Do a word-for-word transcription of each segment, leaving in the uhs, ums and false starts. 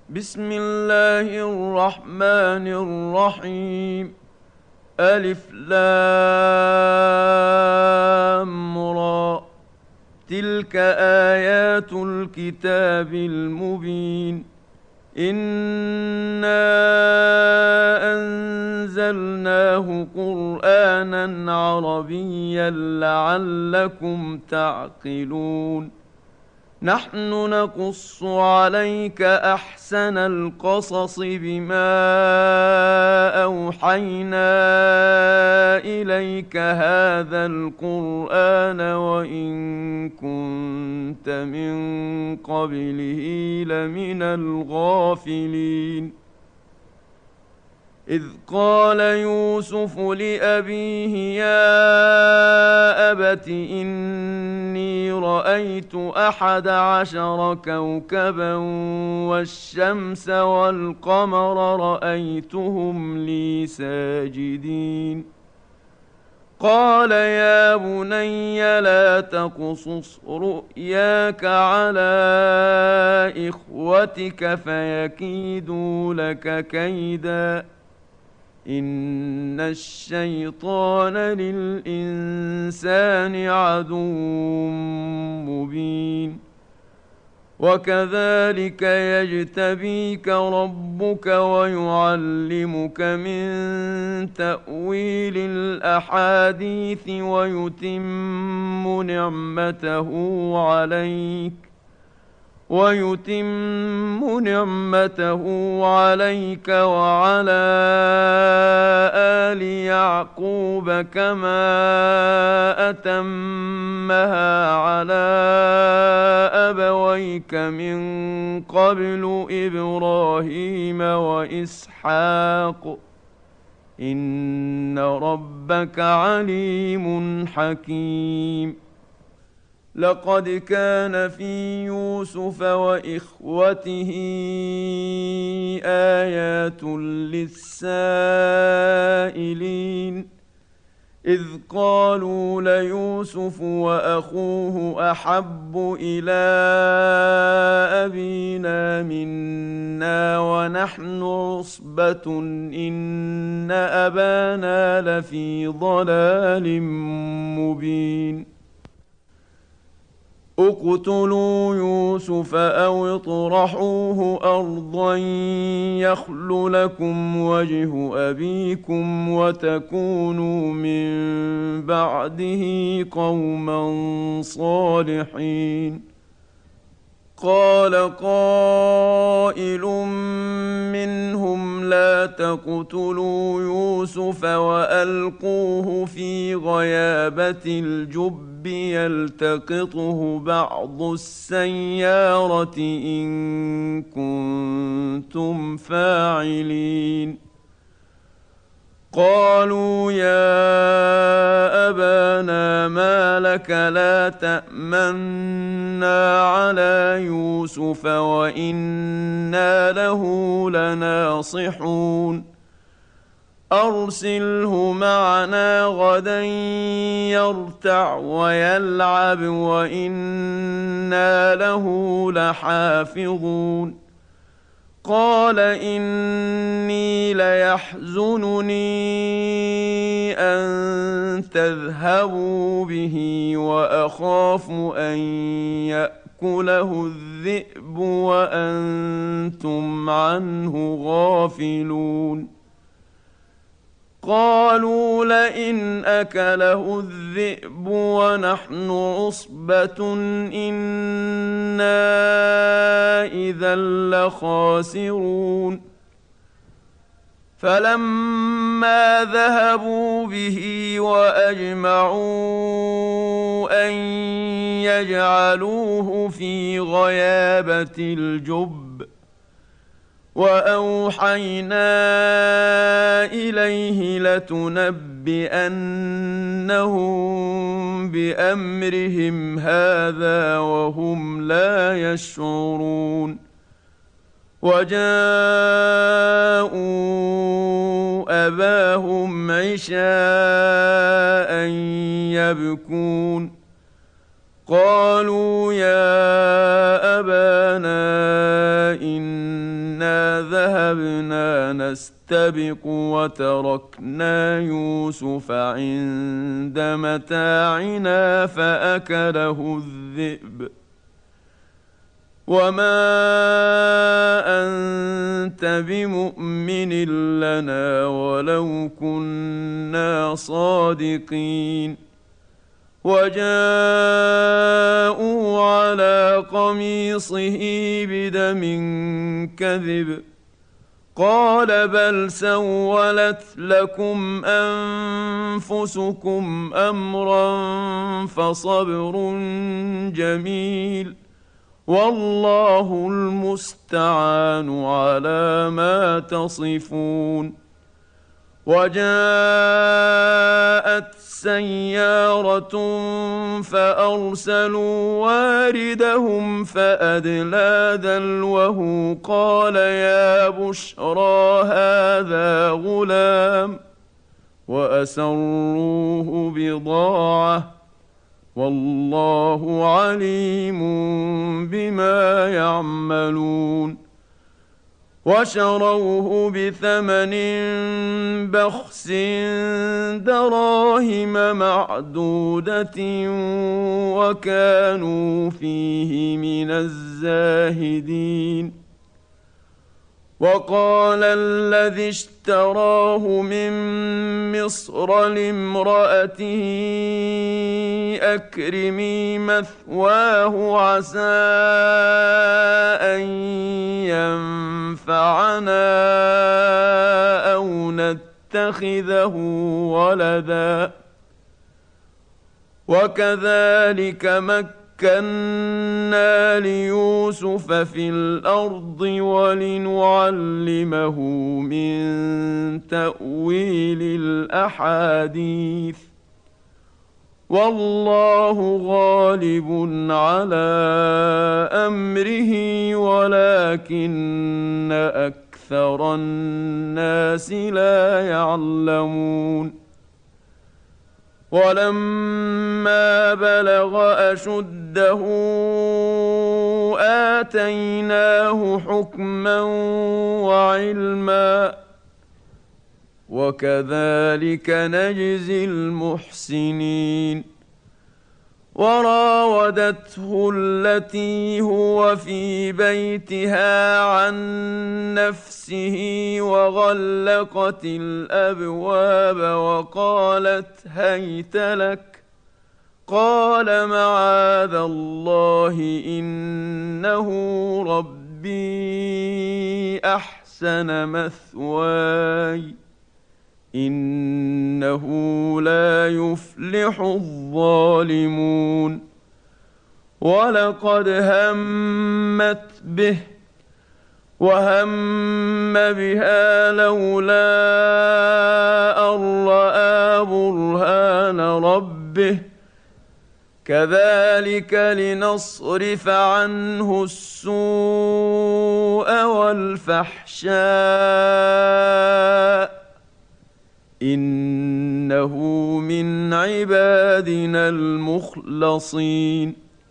بسم الله الرحمن الرحيم. ألف لام را. تلك آيات الكتاب المبين. إنا أنزلناه قرآنا عربيا لعلكم تعقلون. نحن نقص عليك أحسن القصص بما أوحينا إليك هذا القرآن وإن كنت من قبله لمن الغافلين. إذ قال يوسف لأبيه يا أبت إني رأيت أحد عشر كوكبا والشمس والقمر رأيتهم لي ساجدين. قال يا بني لا تقصص رؤياك على إخوتك فيكيدوا لك كيدا إن الشيطان للإنسان عدو مبين. وكذلك يجتبيك ربك ويعلمك من تأويل الأحاديث ويتم نعمته عليك ويتم نعمته عليك وعلى آل يعقوب كما أتمها على أبويك من قبل إبراهيم وإسحاق إن ربك عليم حكيم. لقد كان في يوسف وإخوته آيات للسائلين إذ قالوا ليوسف وأخوه أحب إلى أبينا منا ونحن عصبة إن أبانا لفي ضلال مبين. اقتلوا يوسف أو اطرحوه أرضا يخل لكم وجه أبيكم وتكونوا من بعده قوما صالحين. قال قائل منهم لا تقتلوا يوسف وألقوه في غيابة الجب يلتقطه بعض السيارة إن كنتم فاعلين. قالوا يا أبانا ما لك لا تأمنا على يوسف وإنا له لناصحون. أرسله معنا غدا يرتع ويلعب وإنا له لحافظون. قال إني ليحزنني أن تذهبوا به وأخاف أن يأكله الذئب وأنتم عنه غافلون. قالوا لئن أكله الذئب ونحن عصبة إنا إذا لخاسرون. فلما ذهبوا به وأجمعوا أن يجعلوه في غيابة الجب وأوحينا إليه لتنبئنهم بأمرهم هذا وهم لا يشعرون. وجاءوا أباهم عشاء يبكون. قالوا يا أبانا إن إنا ذهبنا نستبق وتركنا يوسف عند متاعنا فأكله الذئب وما أنت بمؤمن لنا ولو كنا صادقين وجاءوا على قميصه بدم كذب قال بل سولت لكم أنفسكم أمرا فصبر جميل والله المستعان على ما تصفون وجاءت سيارة فأرسلوا واردهم فأدلى دلوه قال يا بشرى هذا غلام وأسروه بضاعة والله عليم بما يعملون وشروه بثمن بخس دراهم معدودة وكانوا فيه من الزاهدين وقال الذي اشتراه من مصر لامرأته أكرمي مثواه عسى أن ينفعنا أو نتخذه ولدا وكذلك مكنا مكنا ليوسف في الأرض ولنعلمه من تأويل الأحاديث والله غالب على أمره ولكن أكثر الناس لا يعلمون ولما بلغ أشده آتيناه حكما وعلما وكذلك نجزي المحسنين وراودته التي هو في بيتها عن نفسه وغلقت الأبواب وقالت هيت لك قال معاذ الله إنه ربي أحسن مثواي إنه لا يفلح الظالمون ولقد همت به وهم بها لولا أن رأى برهان ربه كذلك لنصرف عنه السوء والفحشاء إنه من عبادنا المخلصين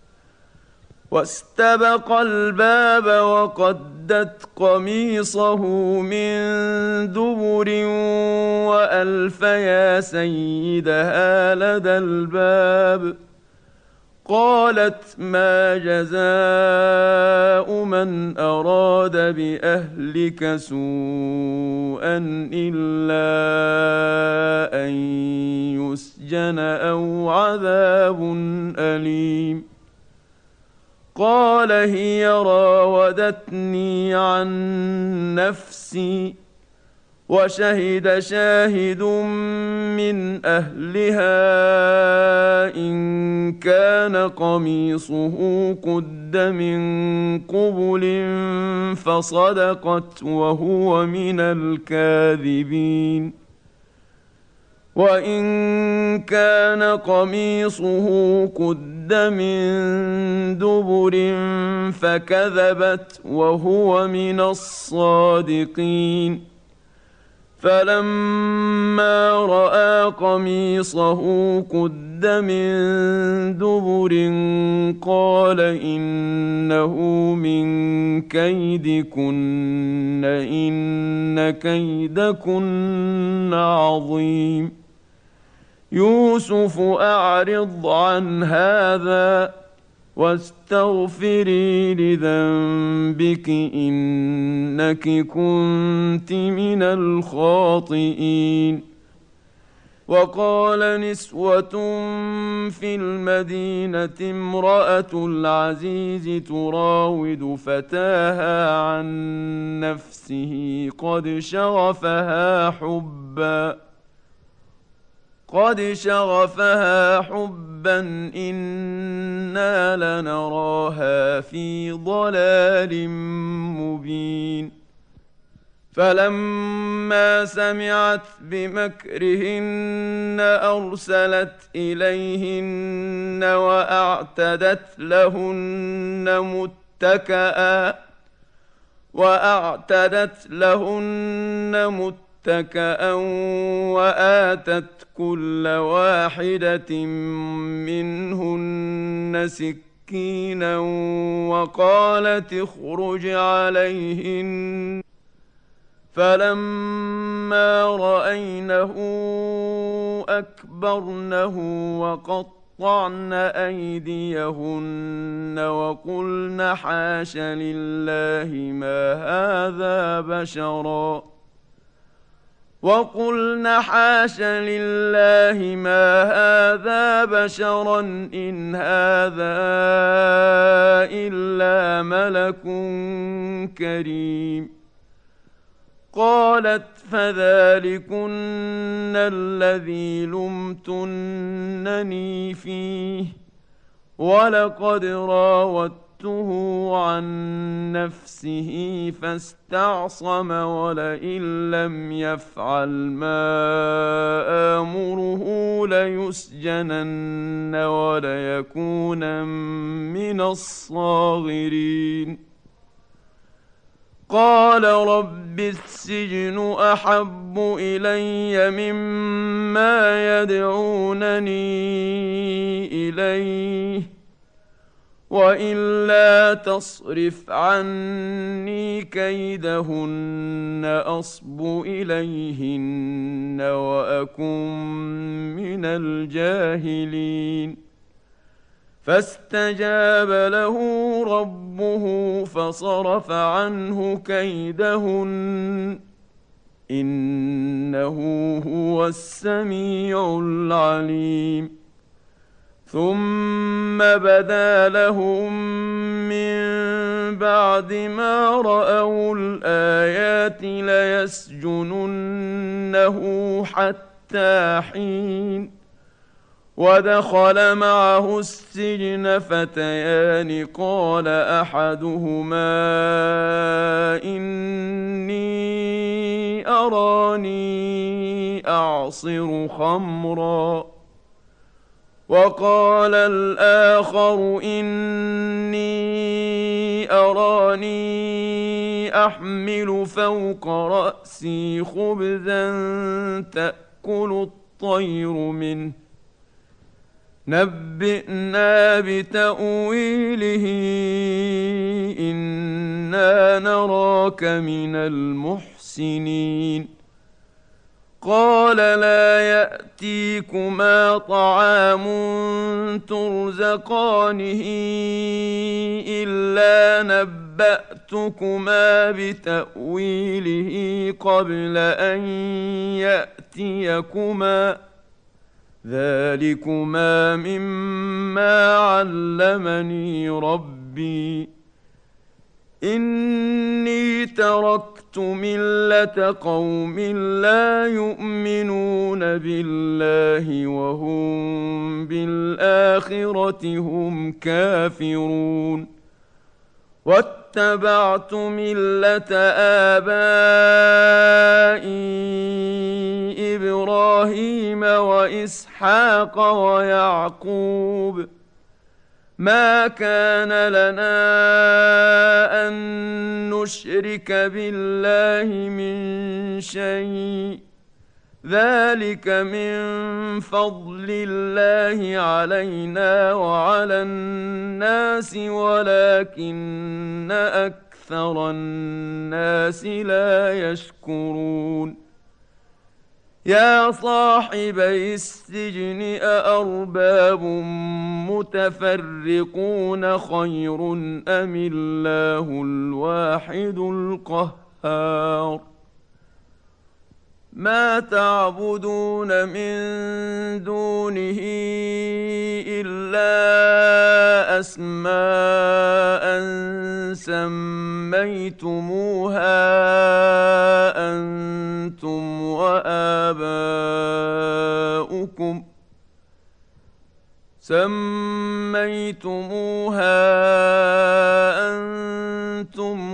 واستبق الباب وقدت قميصه من دبر وألف يا سيدها لدى الباب قالت ما جزاء من أراد بأهلك سوءا إلا أن يسجن أو عذاب أليم قال هي راودتني عن نفسي وشهد شاهد من أهلها إن كان قميصه قد من قبل فصدقت وهو من الكاذبين وإن كان قميصه قد من دبر فكذبت وهو من الصادقين فلما رأى قميصه قد من دبر قال إنه من كيدكن إن كيدكن عظيم يوسف أعرض عن هذا واستغفري لذنبك إنك كنت من الخاطئين. وقال نسوة في المدينة امرأة العزيز تراود فتاها عن نفسه قد شغفها حبا قد شغفها حبا إنا لنراها في ضلال مبين. فلما سمعت بمكرهن أرسلت إليهن وأعتدت لهن متكئا وأعتدت لهن متكئا وآتت كل واحدة منهن سكينا وقالت اخرج عليهن فلما رأينه أكبرنه وقطعن أيديهن وقلن حاش لله ما هذا بشرا وقلن حاش لله ما هذا بشرا إن هذا إلا ملك كريم. قالت فذلكن الذي لمتنني فيه ولقد راودته عن نفسه فاستعصم ولئن لم يفعل ما آمره ليسجنن وليكونا من الصاغرين. قال رب السجن أحب إلي مما يدعونني إليه وإلا تصرف عني كيدهن أصب إليهن وأكن من الجاهلين. فاستجاب له ربه فصرف عنه كيدهن إنه هو السميع العليم. ثم بدا لهم من بعد ما رأوا الآيات ليسجننه حتى حين. ودخل معه السجن فتيان قال أحدهما إني أراني أعصر خمرا وقال الآخر إني أراني أحمل فوق رأسي خبزا تأكل الطير منه نبئنا بتأويله إنا نراك من المحسنين. قال لا يأتيكما طعام ترزقانه إلا نبأتكما بتأويله قبل أن يأتيكما ذلكما مما علمني ربي إني تركت ملة قوم لا يؤمنون بالله وهم بالآخرة هم كافرون واتبعت ملة آبائي إبراهيم وإسحاق ويعقوب ما كان لنا أن نشرك بالله من شيء ذلك من فضل الله علينا وعلى الناس ولكن أكثر الناس لا يشكرون يا صاحبي السجن أأرباب متفرقون خير أم الله الواحد القهار ما تعبدون من دونه إلا أسماء سميتموها أنتم وآباؤكم سميتموها أنتم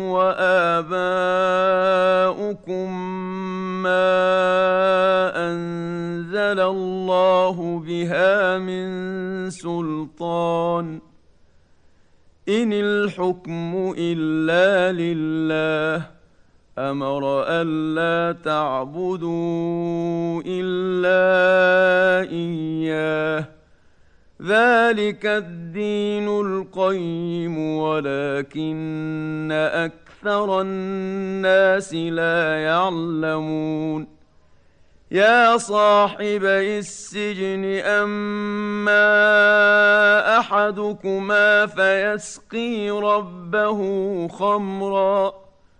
وآباؤكم ما أنزل الله بها من سلطان إن الحكم إلا لله أمر ألا تعبدوا إلا إياه ذلك الدين القيم ولكن أكثر الناس لا يعلمون يا صاحبي السجن أما أحدكما فيسقي ربه خمرا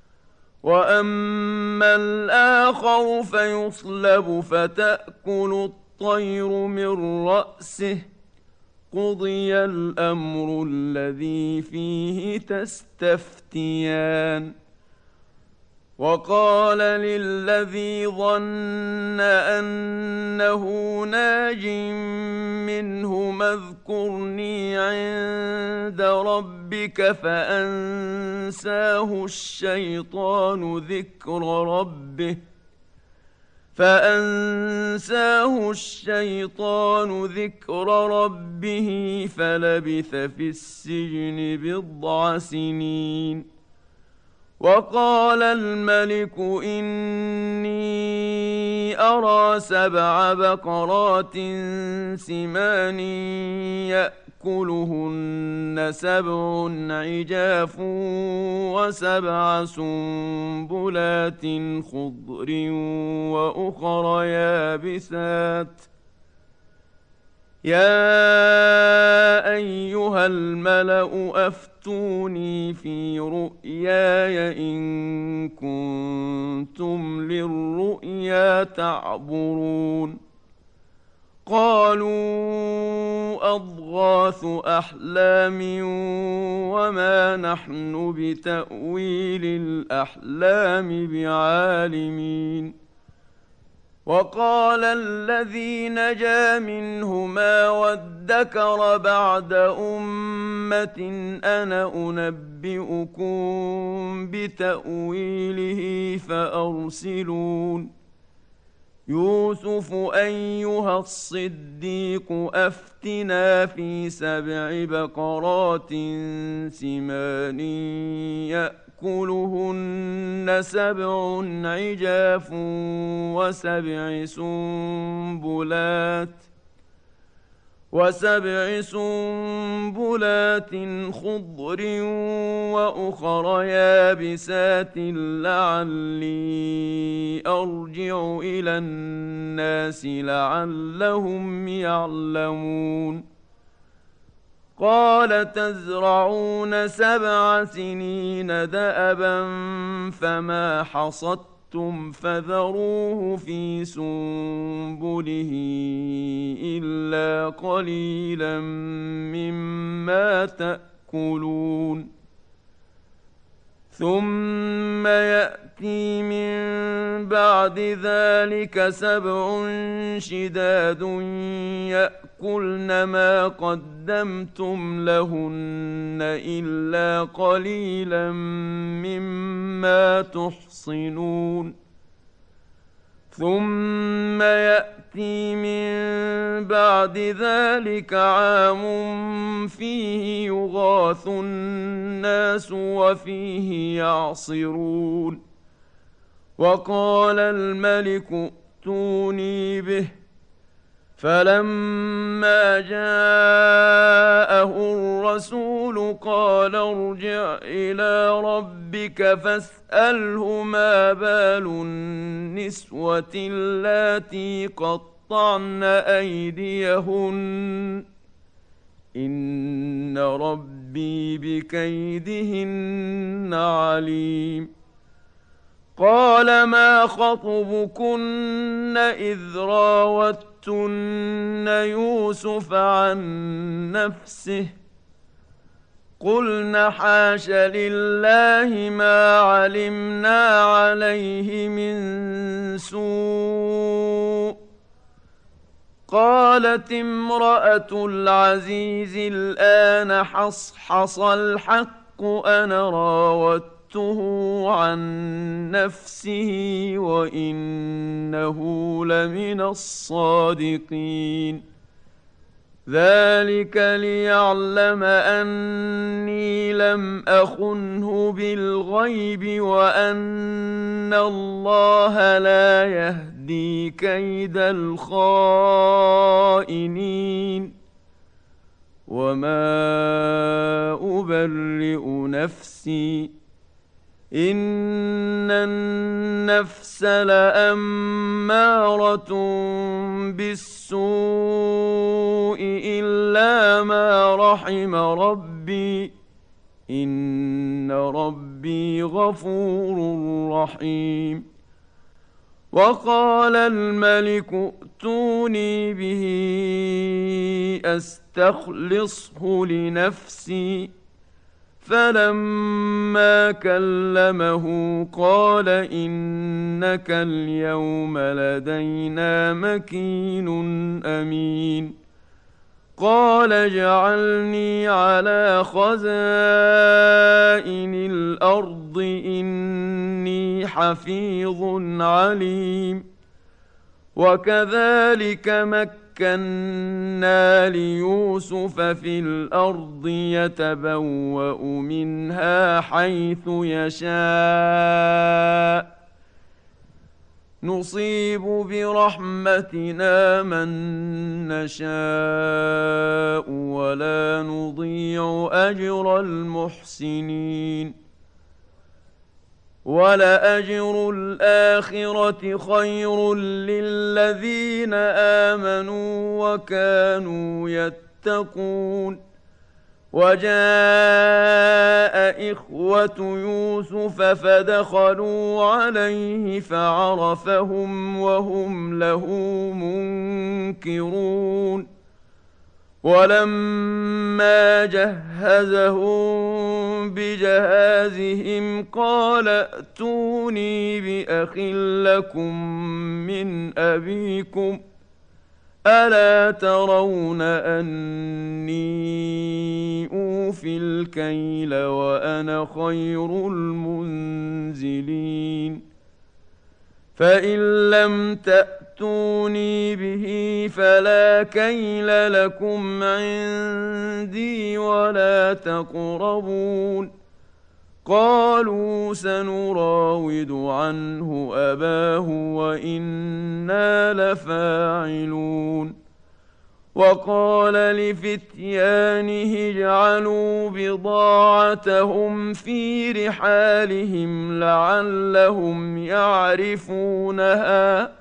وأما الآخر فيصلب فتأكل الطير من رأسه قضي الأمر الذي فيه تستفتيان وقال للذي ظن أنه ناج منهما اذكرني عند ربك فأنساه الشيطان ذكر ربه فأنساه الشيطان ذكر ربه فلبث في السجن بضع سنين وقال الملك إني أرى سبع بقرات سمان يأكلهن سبع عجاف وسبع سنبلات خضر وأخر يابسات يا أيها الملأ أفتوني في رؤياي إن كنتم للرؤيا تعبرون قالوا أضغاث أحلام وما نحن بتأويل الأحلام بعالمين وقال الذي نجا منهما وادكر بعد أمة أنا أنبئكم بتأويله فأرسلون يوسف أيها الصديق أفتنا في سبع بقرات سمان يأكلهن سبع عجاف وسبع سنبلات وسبع سنبلات خضر وأخر يابسات لعلي أرجع إلى الناس لعلهم يعلمون قال تزرعون سبع سنين دأبا فما حصدتم فذروه في سنبله إلا قليلا مما تأكلون ثم يأتي من بعد ذلك سبع شداد يأكلن ما قدمتم لهن إلا قليلا مما تحصنون ثم يأتي من بعد ذلك عام فيه يغاث الناس وفيه يعصرون وقال الملك ائتوني به. فلما جاءه الرسول قال ارجع إلى ربك فاسأله ما بال النسوة اللاتي قطعن أيديهن إن ربي بكيدهن عليم. قال ما خطبكن إذ راوتن يوسف عن نفسه قلن حاش لله ما علمنا عليه من سوء. قالت امرأة العزيز الآن حصحص الحق أنا راودته عن نفسه وإنه لمن الصادقين. ذلك ليعلم أني لم أخنه بالغيب وأن الله لا يهدي كيد الخائنين. وما أبرئ نفسي إن النفس لأمارة بالسوء إلا ما رحم ربي إن ربي غفور رحيم. وقال الملك ائتوني به أستخلصه لنفسي. فلما كلمه قال إنك اليوم لدينا مكين أمين. قال اجعلني على خزائن الأرض إني حفيظ عليم. وكذلك مكنا مكنا ليوسف في الأرض يتبوأ منها حيث يشاء نصيب برحمتنا من نشاء ولا نضيع أجر المحسنين. ولأجر الآخرة خير للذين آمنوا وكانوا يتقون. وجاء إخوة يوسف فدخلوا عليه فعرفهم وهم له منكرون. ولما جهزهم بجهازهم قال ائتوني بأخ لكم من أبيكم ألا ترون أني أوفي الكيل وأنا خير المنزلين. فإن لم تأتوني به فلا كيل لكم عندي ولا تقربون. قالوا سنراود عنه أباه وإنا لفاعلون. وقال لفتيانه اجعلوا بضاعتهم في رحالهم لعلهم يعرفونها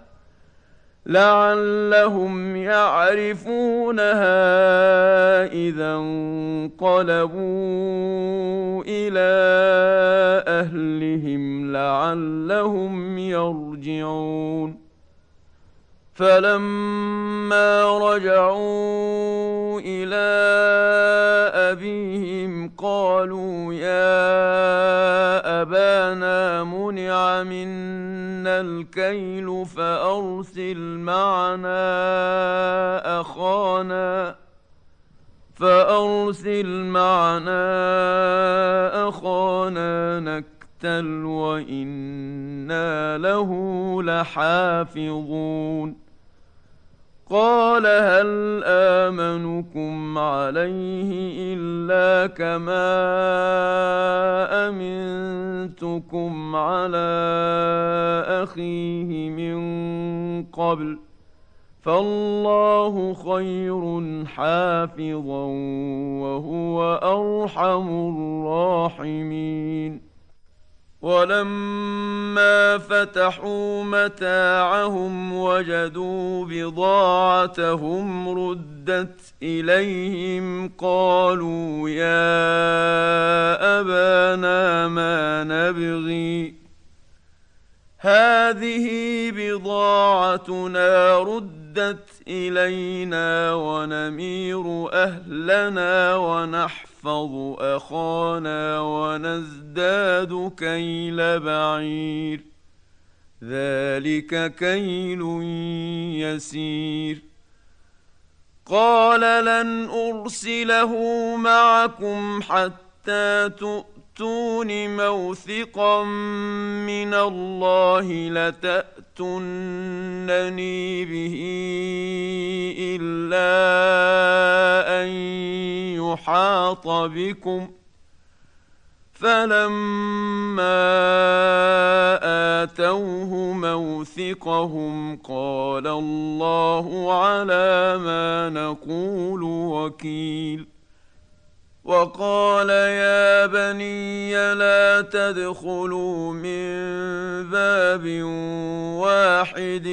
لعلهم يعرفونها إذا انقلبوا إلى أهلهم لعلهم يرجعون. فلما رجعوا إلى أبيهم قالوا يا أبانا منع منا الكيل فأرسل معنا أخانا فأرسل معنا أخانا نكتل وإنا له لحافظون. قال هل آمنكم عليه إلا كما أمنتكم على أخيه من قبل فالله خير حافظا وهو أرحم الراحمين. ولما فتحوا متاعهم وجدوا بضاعتهم ردت إليهم قالوا يا أبانا ما نبغي هذه بضاعتنا ردت إلينا ونمير أهلنا ونحفظ أخانا ونزداد كيل بعير ذلك كيل يسير. قال لن أرسله معكم حتى تؤتون موثقا من الله لتأتونني به إلا أن يحاط بكم فلما آتوه موثقهم قال الله على ما نقول وكيل. وقال يا بني لا تدخلوا من باب واحد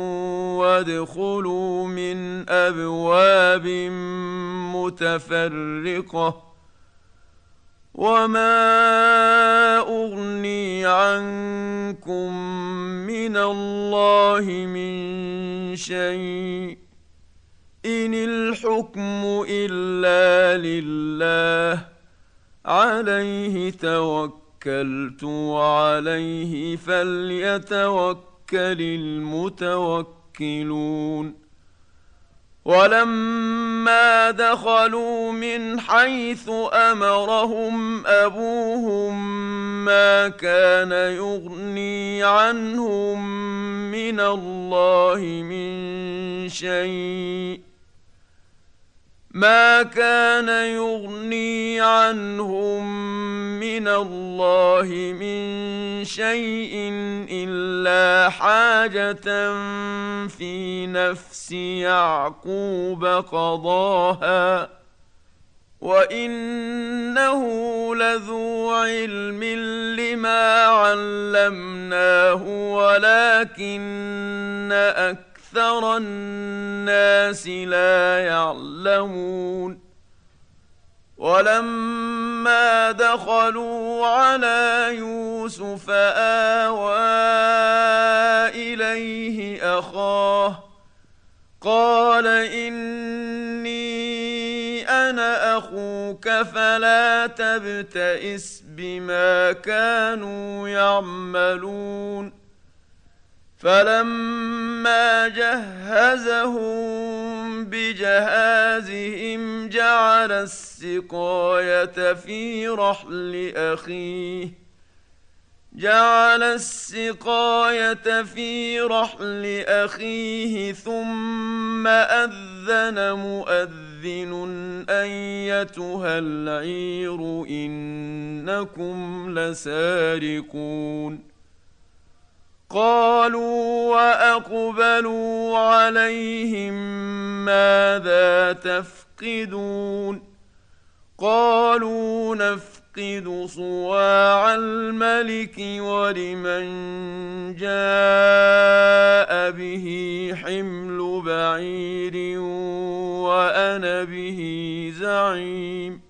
وادخلوا من أبواب متفرقة وما أغني عنكم من الله من شيء إن الحكم إلا لله عليه توكلت وعليه فليتوكل المتوكلون. ولما دخلوا من حيث أمرهم أبوهم ما كان يغني عنهم من الله من شيء ما كان يغني عنهم من الله من شيء إلا حاجة في نفس يعقوب قضاها وإنه لذو علم لما علمناه ولكن أكثر أكثر الناس لا يعلمون. ولما دخلوا على يوسف آوى إليه أخاه قال إني أنا أخوك فلا تبتئس بما كانوا يعملون. فلما جهزهم بجهازهم جعل السقاية في رحل أخيه جعل السقاية في رحل أخيه ثم أذن مؤذن أيتها العير إنكم لسارقون. قالوا وأقبلوا عليهم ماذا تفقدون قالوا نفقد صواع الملك ولمن جاء به حمل بعير وأنا به زعيم.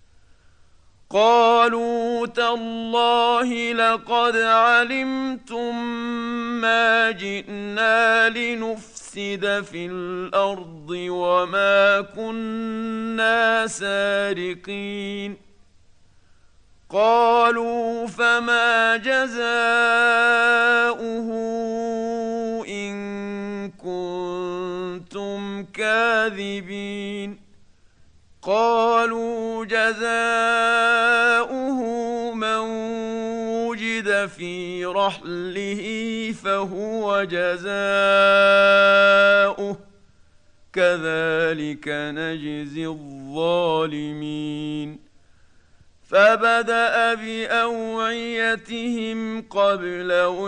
قالوا تالله لقد علمتم ما جئنا لنفسد في الأرض وما كنا سارقين. قالوا فما جزاؤه إن كنتم كاذبين. قالوا جزاؤه من وجد في رحله فهو جزاؤه كذلك نجزي الظالمين فبدأ بأوعيتهم قبل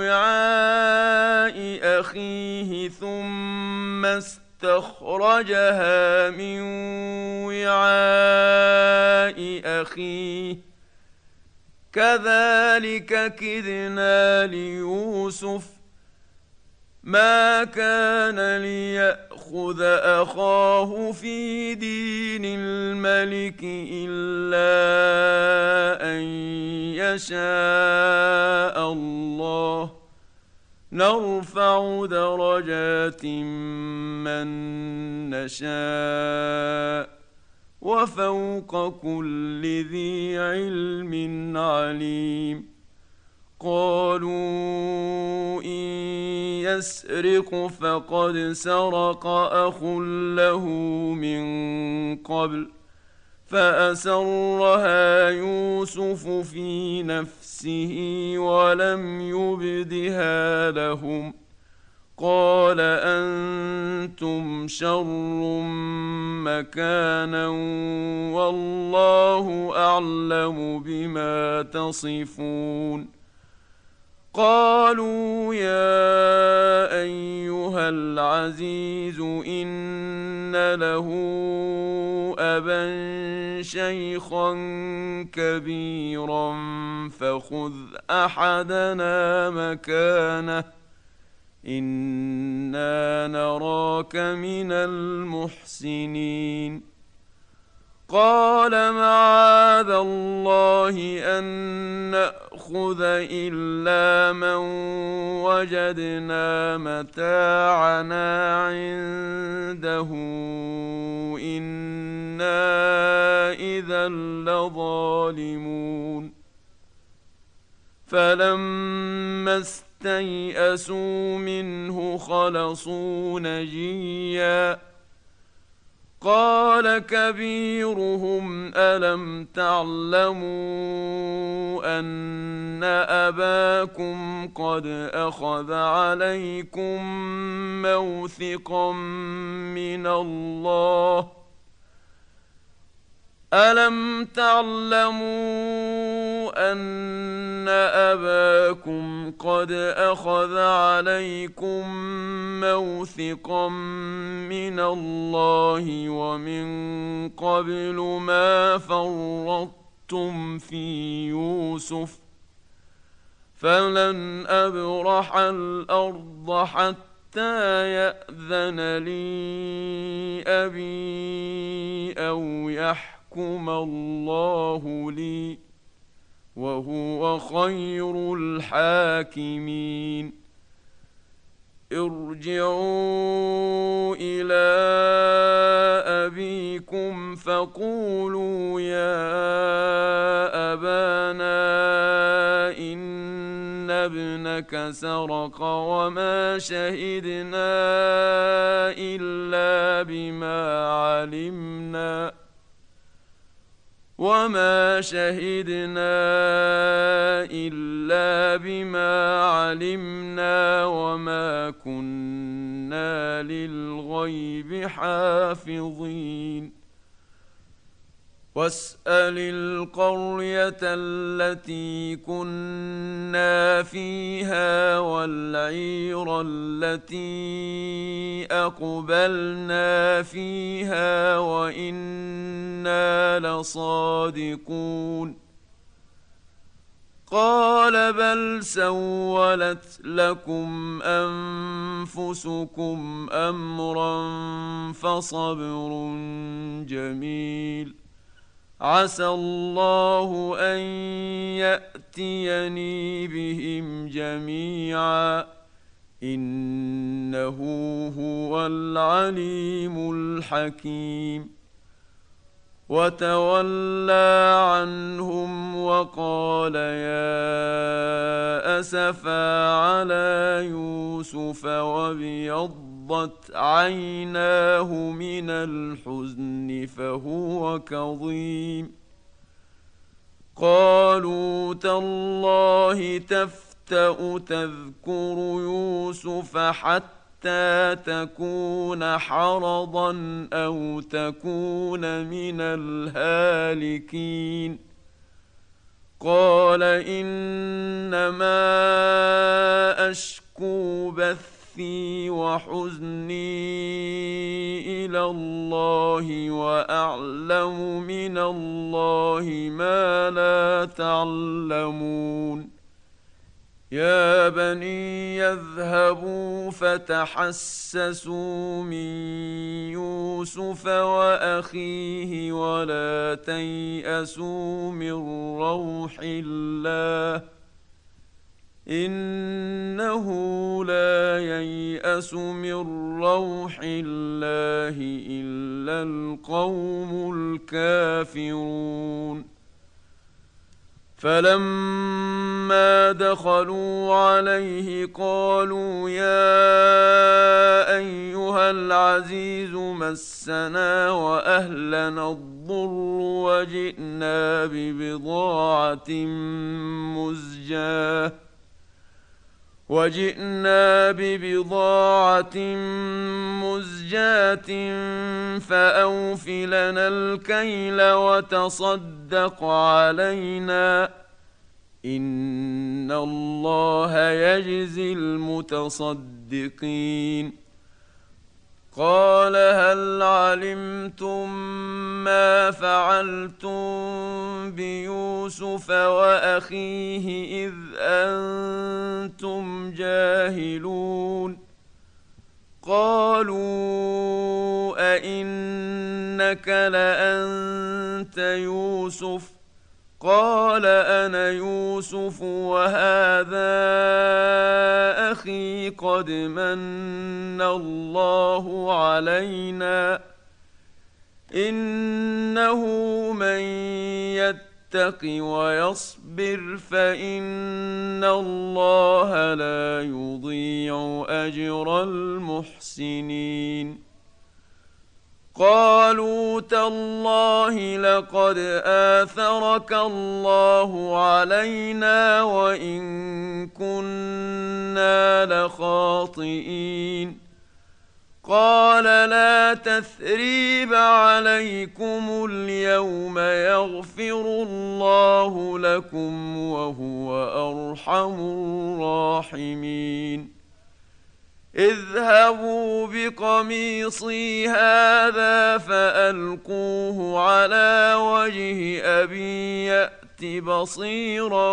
وعاء أخيه ثم استخرجها من وعاء أخيه كذلك كدنا ليوسف ما كان ليأخذ أخاه في دين الملك إلا أن يشاء الله نرفع درجات من نشاء وفوق كل ذي علم عليم قالوا إن يسرق فقد سرق أخ له من قبل فأسرها يوسف في نفسه ولم يبدها لهم قال أنتم شر مكانا والله أعلم بما تصفون قالوا يا أيها العزيز إن له أبا شيخا كبيرا فخذ أحدنا مكانه إنا نراك من المحسنين قال معاذ الله أن نأخذ إلا من وجدنا متاعنا عنده إنا إذا لظالمون فلما استيئسوا منه خلصوا نجيا قال كبيرهم ألم تعلموا أن أباكم قد أخذ عليكم موثقا من الله ألم تعلموا أن أباكم قد أخذ عليكم موثقا من الله ومن قبل ما فرطتم في يوسف فلن أبرح الأرض حتى يأذن لي أبي أو يحكم الله لي وهو خير الحاكمين ارجعوا إلى أبيكم فقولوا يا أبانا إن ابنك سرق وما شهدنا إلا بما علمنا وما شهدنا إلا بما علمنا وما كنا للغيب حافظين واسأل القرية التي كنا فيها والعير التي أقبلنا فيها وإنا لصادقون قال بل سولت لكم أنفسكم أمرا فصبر جميل عسى الله أن يأتيني بهم جميعا إنه هو العليم الحكيم وتولى عنهم وقال يا أسفا على يوسف وابيضت عيناه من الحزن فهو كظيم قالوا تالله تفتأ تذكر يوسف حتى حتى تكون حرضا أو تكون من الهالكين قال إنما أشكو بثي وحزني إلى الله وأعلم من الله ما لا تعلمون يا بني يذهبوا فتحسسوا من يوسف وأخيه ولا تيأسوا من روح الله إنه لا ييأس من روح الله إلا القوم الكافرون فلما دخلوا عليه قالوا يا أيها العزيز مسنا وأهلنا الضر وجئنا ببضاعة مزجاة وجئنا ببضاعة مزجاة فأوف لنا الكيل وتصدق علينا إن الله يجزي المتصدقين قال هل علمتم ما فعلتم بيوسف وأخيه إذ أنتم جاهلون قالوا أئنك لأنت يوسف قال أنا يوسف وهذا أخي قد من الله علينا إنه من يتق ويصبر فإن الله لا يضيع أجر المحسنين قالوا تالله لقد آثرك الله علينا وإن كنا لخاطئين قال لا تثريب عليكم اليوم يغفر الله لكم وهو أرحم الراحمين اذهبوا بقميصي هذا فألقوه على وجه أبي يأت بصيرا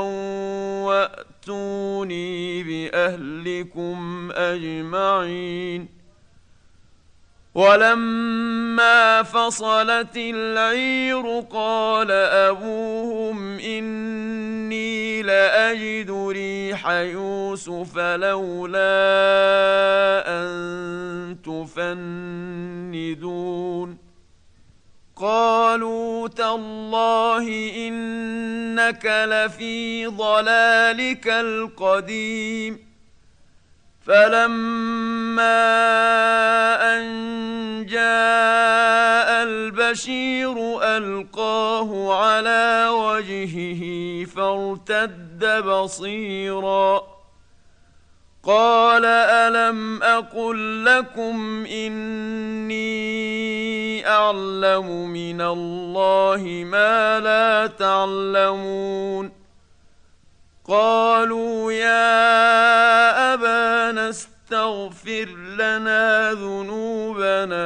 وأتوني بأهلكم أجمعين ولما فصلت العير قال أبوهم إني لأجد ريح يوسف لولا أن تفندون قالوا تالله إنك لفي ضلالك القديم فلما أن جاء البشير ألقاه على وجهه فارتد بصيرا قال ألم أقل لكم إني أعلم من الله ما لا تعلمون قالوا يا أبانا استغفر لنا ذنوبنا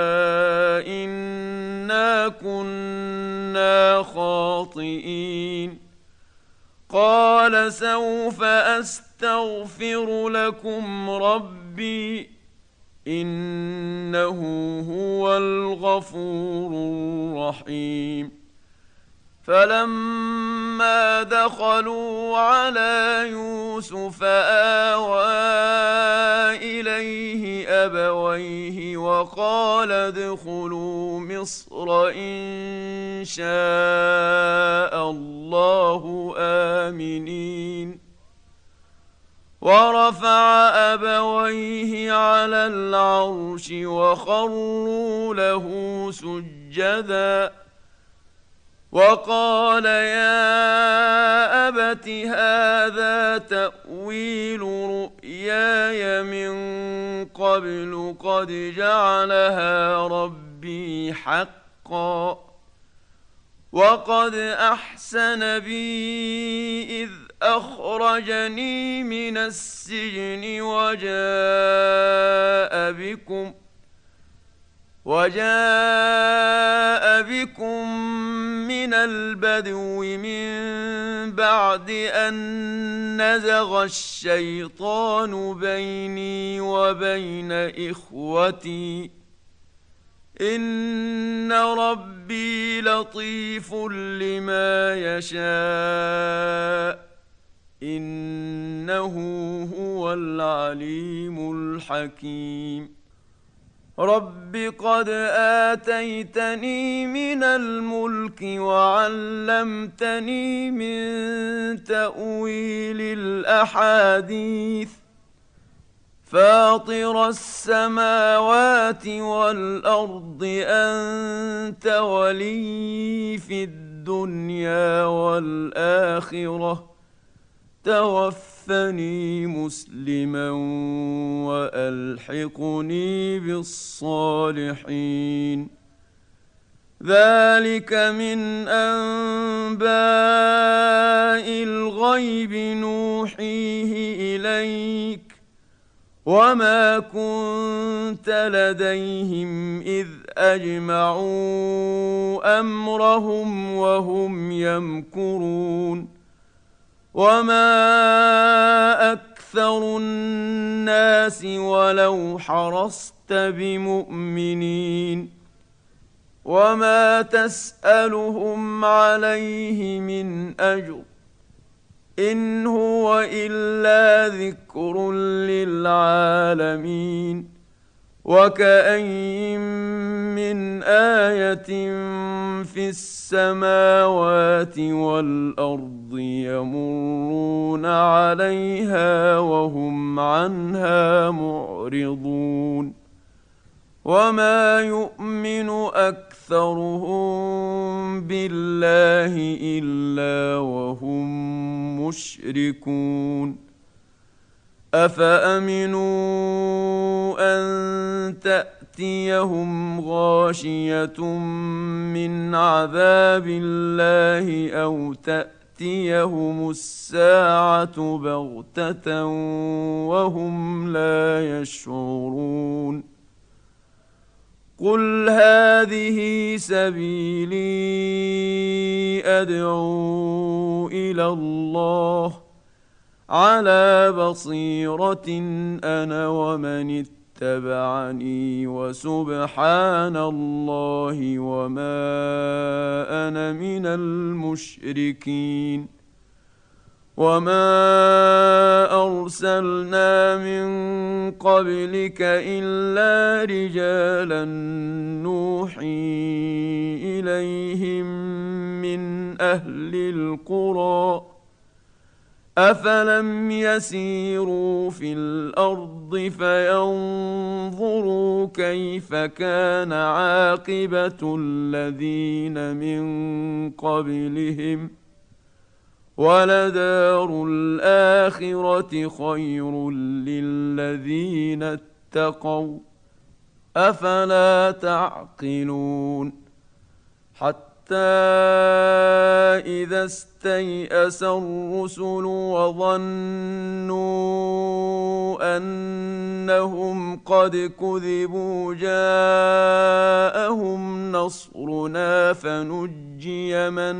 إنا كنا خاطئين قال سوف أستغفر لكم ربي إنه هو الغفور الرحيم فلما دخلوا على يوسف آوى إليه أبويه وقال ادخلوا مصر إن شاء الله آمنين ورفع أبويه على العرش وخروا له سجداً وقال يا أبت هذا تأويل رؤياي من قبل قبل قد جعلها ربي حقا وقد أحسن بي إذ أخرجني من السجن وجاء بكم وجاء بكم من البدو من بعد أن نزغ الشيطان بيني وبين إخوتي إن ربي لطيف لما يشاء إنه هو العليم الحكيم رب قد آتيتني من الملك وعلمتني من تأويل الأحاديث فاطر السماوات والأرض أنت ولي في الدنيا والآخرة توفني مسلما وألحقني بالصالحين ذلك من أنباء الغيب نوحيه إليك وما كنت لديهم إذ أجمعوا أمرهم وهم يمكرون وما أكثر الناس ولو حرصت بمؤمنين وما تسألهم عليه من أجر إن هو إلا ذكر للعالمين وكأين من آية في السماوات والأرض يمرون عليها وهم عنها معرضون وما يؤمن أكثرهم بالله إلا وهم مشركون أفأمنوا أن تأتيهم غاشية من عذاب الله أو تأتيهم الساعة بغتة وهم لا يشعرون قل هذه سبيلي أدعو إلى الله على بصيرة أنا ومن اتبعني وسبحان الله وما أنا من المشركين وما أرسلنا من قبلك إلا رجالا نوحي إليهم من أهل القرى أفلم يسيروا في الأرض فينظروا كيف كان عاقبة الذين من قبلهم ولدار الآخرة خير للذين اتقوا أفلا تعقلون حتى إذا استيأس الرسل وظنوا أنهم قد كذبوا جاءهم نصرنا فنجي من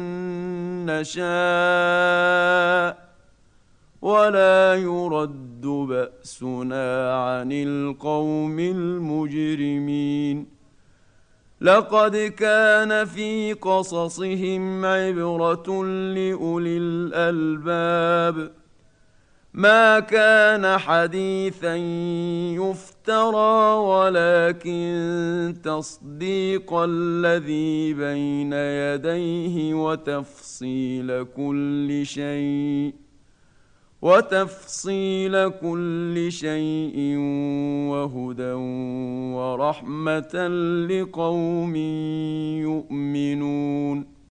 نشاء ولا يرد بأسنا عن القوم المجرمين لقد كان في قصصهم عبرة لأولي الألباب ما كان حديثا يفترى ولكن تصديق الذي بين يديه وتفصيل كل شيء وتفصيل كل شيء وهدى ورحمة لقوم يؤمنون